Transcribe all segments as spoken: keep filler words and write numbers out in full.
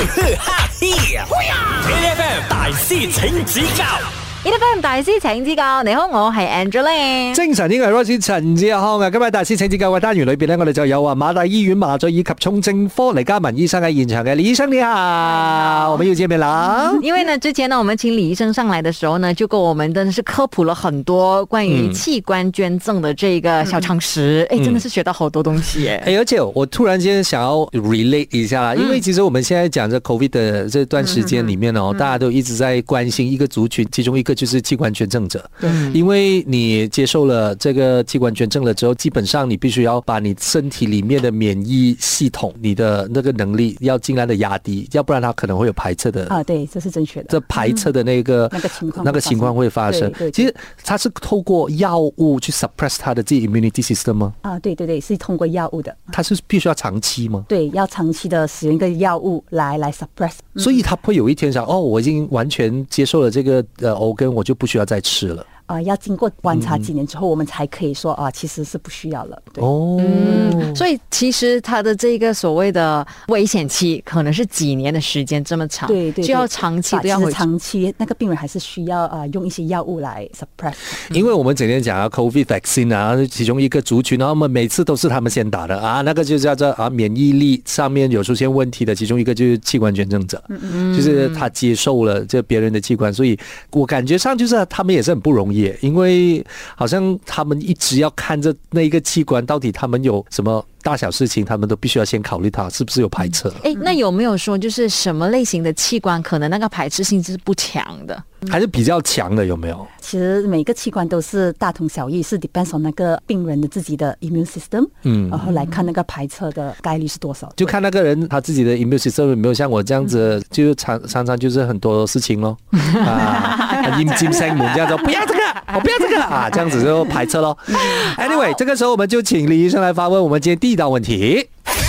，A F M 大師請指教。 A F M 大師請指教，你好，我係 Angeline。 精神呢個係 Royce 陳志康啊，今日大師請指教嘅單元裏邊呢，我哋就有啊馬大醫院麻醉以及重症科李嘉文醫生喺現場嘅，李醫生你好，我們又見面啦。 因為呢，之前呢，我們請李醫生上來的時候呢，就跟我們真的是科普了很多關於器官捐贈的這個小常識，哎、嗯，真的是學到好多東西耶。 哎，而且我突然間想要 relate 一下啦，因為其實我們現在講這 COVID 的這段時間裡面哦，嗯、大家都一直在關心一個族群，其中一個就是器官捐贈者。嗯，因為你接受了這個器官捐贈了之後，基本上你必須要把你身體裡面的免疫系統，你的那個能力要盡量的壓低，要不然它可能會有排斥的。 啊，對，這是正確的。 這排斥的那個、嗯、那個情況，那個情況會發生。對對對，其實它是透過藥物去 suppress 它的自己 immunity system 嗎？啊， 對對對，是通過藥物的。 它是必須要長期嗎？ 對，要長期的使用一個藥物來來 suppress。 所以它會有一天想，哦，我已經完全接受了這個呃 organ，我就不需要再吃了。 啊、呃，要經過觀察幾年之後，嗯、我們才可以說啊，其實是不需要了。對哦， 嗯，所以其實它的這個所謂的危險期可能是幾年的時間這麼長， 對 對，對， 就要長期都要回去。 長期那個病人還是需要啊、呃、用一些藥物來 suppress。 因為我們整天講啊 COVID vaccine 啊，其中一個族群，然後我們每次都是他們先打的啊，那個就叫做啊免疫力上面有出現問題的，其中一個就是器官捐贈者，嗯，就是他接受了這別人的器官，所以我感覺上就是他們也是很不容易。因為好像他們一直要看着那一個器官到底他們有什麼大小事情，他們都必須要先考慮它是不是有排斥。 哎，那有沒有說就是什麼類型的器官可能那個排斥性是不強的， 還是比較強的？有沒有？ 其實每個器官都是大同小異，是 depends on 那個病人的自己的 immune system，嗯，然後來看那個排斥的概率是多少，就看那個人他自己的 immune system 有沒有像我這樣子，嗯、就常常常就是很多事情咯，啊，陰金生門這樣子，不要這個，我不要這個啊，這樣子就排斥咯。Anyway， 這個時候我們就請李醫生來發問我們今天第一道問題。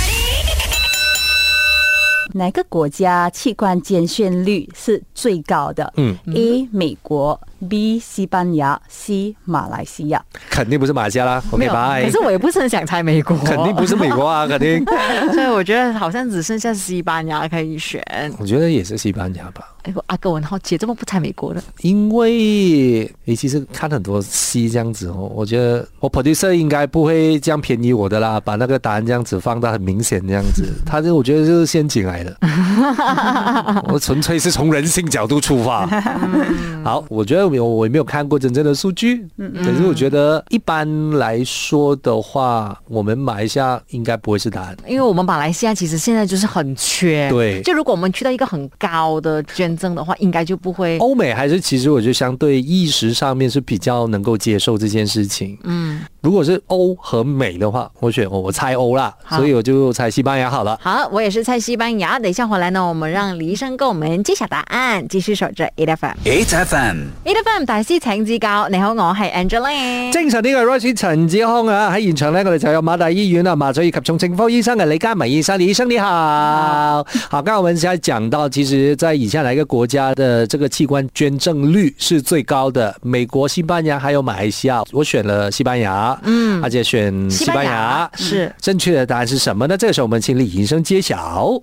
哪個國家器官捐獻率是最高的？嗯 ，A 美國 ，B 西班牙 ，C 馬來西亞。 肯定不是馬來西亞啦。OK， 拜。 可是我也不是很想猜美國。 肯定不是美國啊，肯定。 所以我覺得好像只剩下西班牙可以選。 我覺得也是西班牙吧。 哎，我阿哥我好奇，怎麼不猜美國呢？ 因為你其實看很多戲這樣子哦，我覺得我 producer 應該不會這樣便宜我的啦，把那個答案這樣子放到很明顯這樣子，他就我覺得就是陷阱來的。我純粹是從人性角度出發。好，我覺得我我也沒有看過真正的數據，可是我覺得一般來說的話，我們馬來西亞應該不會是答案， 因為我們馬來西亞其實現在就是很缺。 對， 就如果我們去到一個很高的捐贈的話，應該就不會。 歐美還是其實我覺得相對意識上面是比較能夠接受這件事情。嗯，如果是歐和美的話，我選歐，我猜歐啦，所以我就猜西班牙好了。 好，我也是猜西班牙。等一下回來呢，我們讓李醫生跟我們揭曉答案。繼續守着 A F M。A F M。A F M 大師請指教。你好，我係 Angeline。 精神呢個係 Royce 陳志康啊，喺現場呢，我哋就有馬大醫院啊麻醉以及重症科醫生嘅李嘉文醫生。李醫生你好。好，剛才我們現在講到，其實在以下哪一個國家的這個器官捐贈率是最高的？美國、西班牙還有馬來西亞。我選了西班牙，嗯，而且選西班牙， 西班牙是正確的答案是什麼呢？這個時候我們請李醫生揭曉。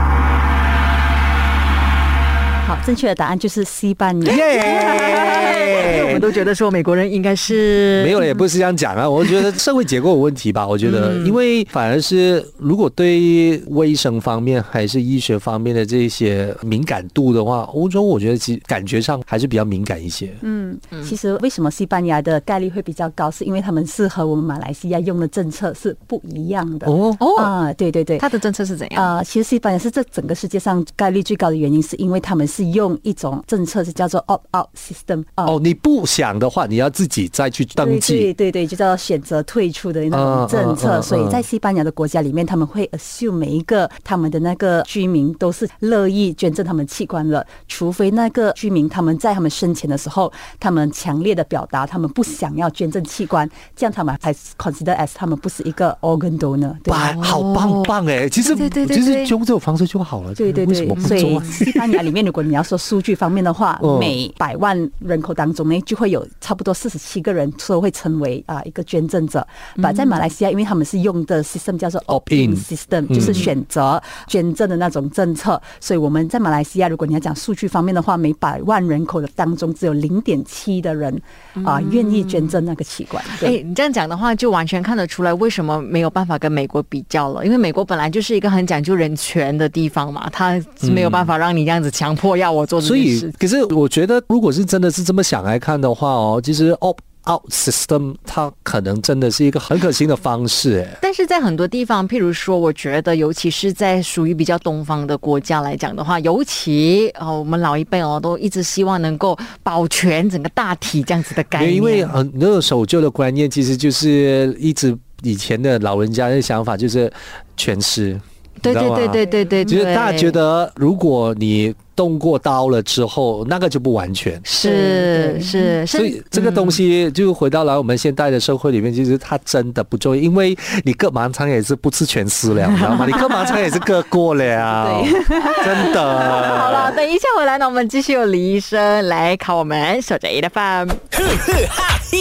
好，正確的答案就是西班牙。 耶！ 我們都覺得說美國人應該是沒有了，也不是這樣講啊。我覺得社會結構有問題吧。我覺得，因為反而是如果對衛生方面還是醫學方面的這些敏感度的話，歐洲我覺得其實感覺上還是比較敏感一些。 嗯，其實為什麼西班牙的概率會比較高，是因為他們是和我們馬來西亞用的政策是不一樣的。哦哦啊，對對對， 他的政策是怎樣？ 啊、呃，其實西班牙是這整個世界上概率最高的原因，是因為他們是用一種政策是叫做 opt-out system。 哦，你不想的話，你要自己再去登記。 對對對，就叫選擇退出的那種政策。啊啊啊啊、所以在西班牙的國家裡面，他們會 assume 每一個他們的那個居民都是樂意捐贈他們器官的，除非那個居民他們在他們生前的時候，他們強烈的表達他們不想要捐贈器官，這樣他們才 consider as 他們不是一個 organ donor。 哇，好棒棒哎！其實對對對對其實用這種方式就好了。 對對對， 為什麼不做？ 所以西班牙裡面如果你要说数据方面的话， 哦、 每百万人口当中呢，就会有差不多四十七个人说会成为啊、呃、一个捐赠者。把、嗯、在马来西亚，因为他们是用的 system 叫做 opt-in system，、嗯、就是选择捐赠的那种政策，所以我们在马来西亚，如果你要讲数据方面的话，每百万人口的当中只有零点七的人啊、呃、愿意捐赠那个器官。 哎，你这样讲的话，就完全看得出来为什么没有办法跟美国比较了，因为美国本来就是一个很讲究人权的地方嘛，它是没有办法让你这样子强迫要我做这件事。 所以，可是我觉得，如果是真的是这么想来看的话哦，其实 opt-out system 它可能真的是一个很可行的方式。哎， 但是在很多地方，譬如说，我觉得，尤其是在属于比较东方的国家来讲的话，尤其哦，我们老一辈哦，都一直希望能够保全整个大体这样子的概念。 因为很多守旧的观念，其实就是一直以前的老人家的想法就是全尸。 对对对对对对， 就是大家觉得，如果你动过刀了之后，那个就不完全。 是是， 所以这个东西就回到来我们现代的社会里面，其实它真的不重要，因为你割盲肠也是不是全尸了，你知道吗？你割盲肠也是割过了，真的。 好了，等一下回来呢，我们继续有李医生来考我们，守着 A F M。呵呵哈嘿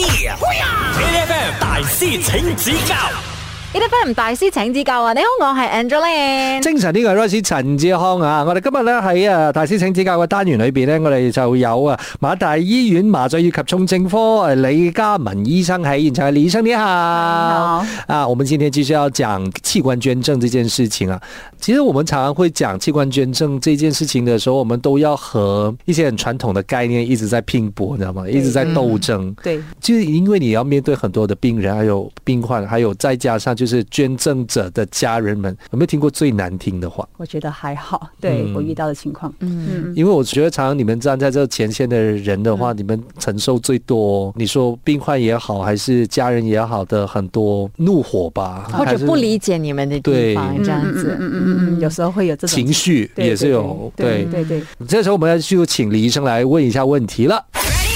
，A F M 大師請指教。A F M 大師請指教啊！你好，我係 Angeline。 精神呢個係 Royce 陳志康啊！我哋今日咧喺啊大師請指教嘅單元裏邊咧，我哋就有啊馬大醫院麻醉以及重症科李嘉文醫生喺現場。李醫生你好。好啊！我們今天繼續要講器官捐贈這件事情啊。其實我們常常會講器官捐贈這件事情的時候，我們都要和一些很傳統的概念一直在拼搏，你知道嗎？一直在鬥爭。 嗯、對， 就是因為你要面對很多的病人，還有病患，還有再加上就是捐贈者的家人們，有沒有聽過最難聽的話？ 我覺得還好，對、嗯、我遇到的情況。 嗯， 因為我覺得常常你們站在這前線的人的話，嗯、你們承受最多，你說病患也好，還是家人也好的很多怒火吧， 或者不理解你們的地方，這樣子。 嗯嗯嗯，有時候會有這種情緒也是有。 對對 對, 對, 對， 這時候我們要就請李醫生來問一下問題了。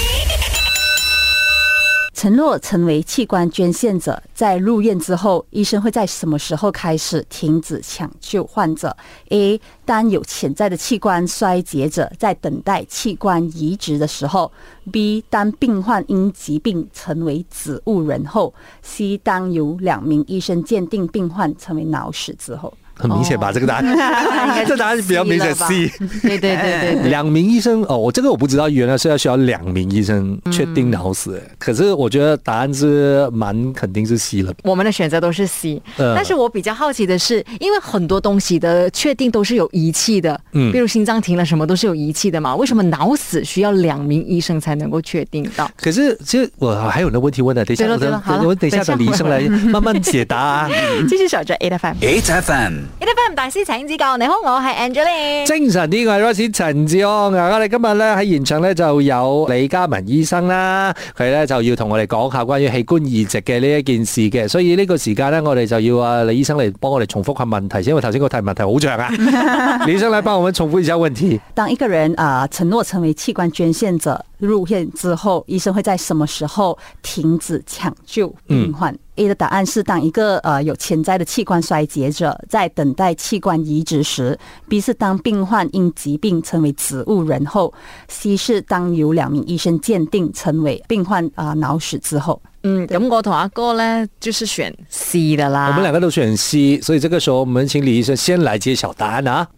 承諾成為器官捐獻者，在入院之後，醫生會在什麼時候開始停止搶救患者 ？A. 當有潛在的器官衰竭者在等待器官移植的時候 ；B. 當病患因疾病成為植物人後 ；C. 當有兩名醫生鑑定病患成為腦死之後。 很明顯吧，這個答案，這答案比較明顯 C。 對對對對， 兩名醫生哦，我這個我不知道，原來是要需要兩名醫生確定腦死、嗯，可是我覺得答案是蠻肯定是 C 了。 我們的選擇都是 C，、呃、但是我比較好奇的是，因為很多東西的確定都是有儀器的，嗯，比如心臟停了，什麼都是有儀器的嘛，為什麼腦死需要兩名醫生才能夠確定到？ 可是其實我還有個問題問的，等一下我等，我等一下等李醫生來慢慢解答、啊。 繼續守着 A F M，A F M。A F M 大師請指教，你好，我係 Angeline。 精神啲嘅 Royce 陳志康啊，我哋今日咧喺現場咧就有李嘉文醫生啦，佢咧就要同我哋講下關於器官移植嘅呢一件事嘅，所以呢個時間咧我哋就要啊李醫生嚟幫我哋重複下問題，因為頭先個題問題好長啊。李醫生來幫我們重複一下問題。 當一個人啊、呃、承諾成為器官捐獻者，入院之後，醫生會在什麼時候停止搶救病患？嗯A 的答案是當一個呃有潛在的器官衰竭者在等待器官移植時 ，B 是當病患因疾病成為植物人後 ，C 是當有兩名醫生鑑定成為病患啊、呃、腦死之後。 嗯，咁我同阿哥呢就是選 C 的啦。 我們兩個都選 C， 所以這個時候我們請李醫生先來揭曉答案啊。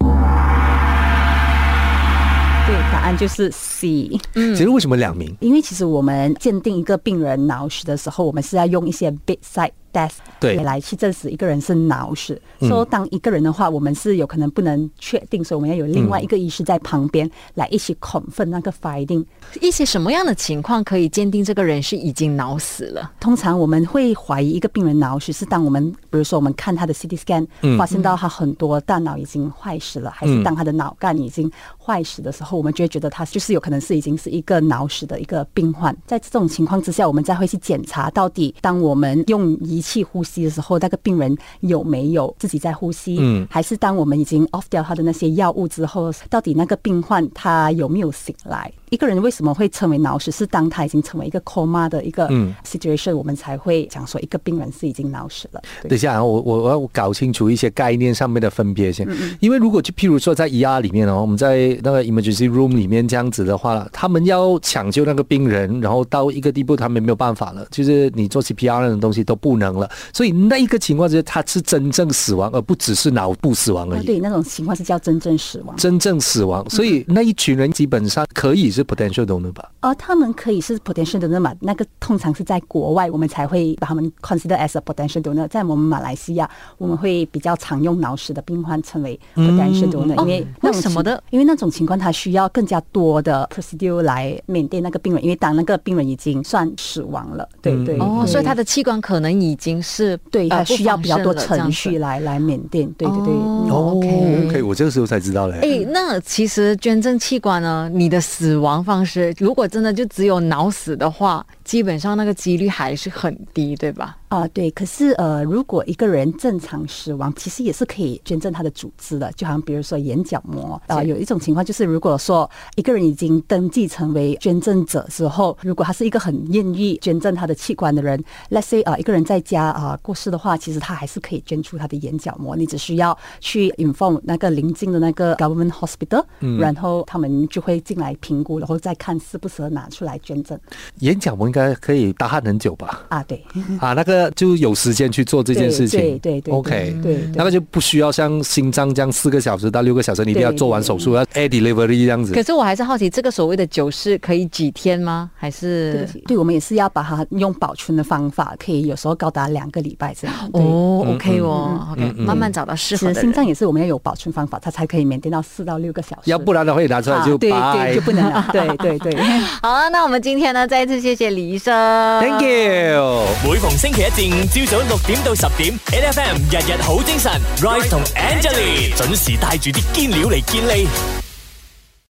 對，答案就是 C。 嗯，其實為什麼兩名？ 因為其實我們鑑定一個病人腦死的時候，我們是要用一些 bedside test 對來去證實一個人是腦死。所以、so, 當一個人的話，我們是有可能不能確定，所以我們要有另外一個醫師在旁邊來一起 confirm 那個 finding。 一些什麼樣的情況可以鑑定這個人是已經腦死了？ 通常我們會懷疑一個病人腦死，是當我們，比如說我們看他的 C T scan，、嗯、發現到他很多大腦已經壞死了，還是當他的腦幹已經壞死的時候，我們就會覺得他就是有可能是已經是一個腦死的一個病患。在這種情況之下，我們再會去檢查到底，當我們用儀器呼吸的时候，那个病人有没有自己在呼吸？ 嗯， 还是当我们已经 off 掉他的那些药物之后，到底那个病患他有没有醒来？一个人为什么会成为脑死？是当他已经成为一个 coma 的一个 situation，、嗯、我们才会讲说一个病人是已经脑死了。 等一下，我我我要搞清楚一些概念上面的分别先，嗯嗯因为如果就譬如说在 E R 里面哦，我们在那个 emergency room 里面这样子的话，他们要抢救那个病人，然后到一个地步他们没有办法了，就是你做 C P R 那种东西都不能了，所以那一个情况之下，他是真正死亡，而不只是脑部死亡而已。 啊、对，那种情况是叫真正死亡。 真正死亡，所以那一群人基本上可以是 potential donor 吧？ 呃，他们可以是 potential donor 嘛？那个通常是在国外，我们才会把他们 consider as a potential donor。在我们马来西亚，我们会比较常用脑死的病患称为 potential donor，、嗯、因为那种、 哦、什么的？ 因为那种情况，它需要更加多的 procedure 来缅甸那个病人，因为当那个病人已经算死亡了，对对。 哦， 对所以他的器官可能已经是对，他、呃、需要比较多程程序来来缅甸，对对对。 哦 ，OK， okay 我这个时候才知道嘞。 哎，那其实捐赠器官呢，你的死亡方式，如果真的就只有脑死的话，基本上那个几率还是很低，对吧？ 啊、呃，对。可是呃，如果一个人正常死亡，其实也是可以捐赠他的组织的，就好像比如说眼角膜啊、呃，有一种情况就是，如果说一个人已经登记成为捐赠者之后，如果他是一个很愿意捐赠他的器官的人 ，let's say 啊、呃，一个人在家啊、呃、过世的话，其实他还是可以捐出他的眼角膜，你只需要去 inform 那个邻近的那个 government hospital，、嗯、然后他们就会进来评估，然后再看适不适合拿出来捐赠。 眼角膜应该可以打鼾很久吧？ 啊，对， 啊，那个就有时间去做这件事情， 对对 对, 对 ，OK， 对, 对， 那个就不需要像心脏这样四个小时到六个小时，你一定要做完手术，要 air delivery 这样子。 可是我还是好奇，这个所谓的久视可以几天吗？还是对, 对，我们也是要把它用保存的方法，可以有时候高达两个礼拜这样。 哦 ，OK 哦 ，OK，、嗯、慢慢找到适合的人。 其实心脏也是我们要有保存方法，它才可以缅甸到四到六个小时， 要不然的话，拿出来就、啊、 对对就不能了。对对对。 好啊，那我们今天呢，再一次謝謝李醫生 ，Thank you。 每逢星期一至五朝早六點到十點 ，A F M 日日好精神 ，Rise 同 Angelie 準時帶住啲堅料嚟健利。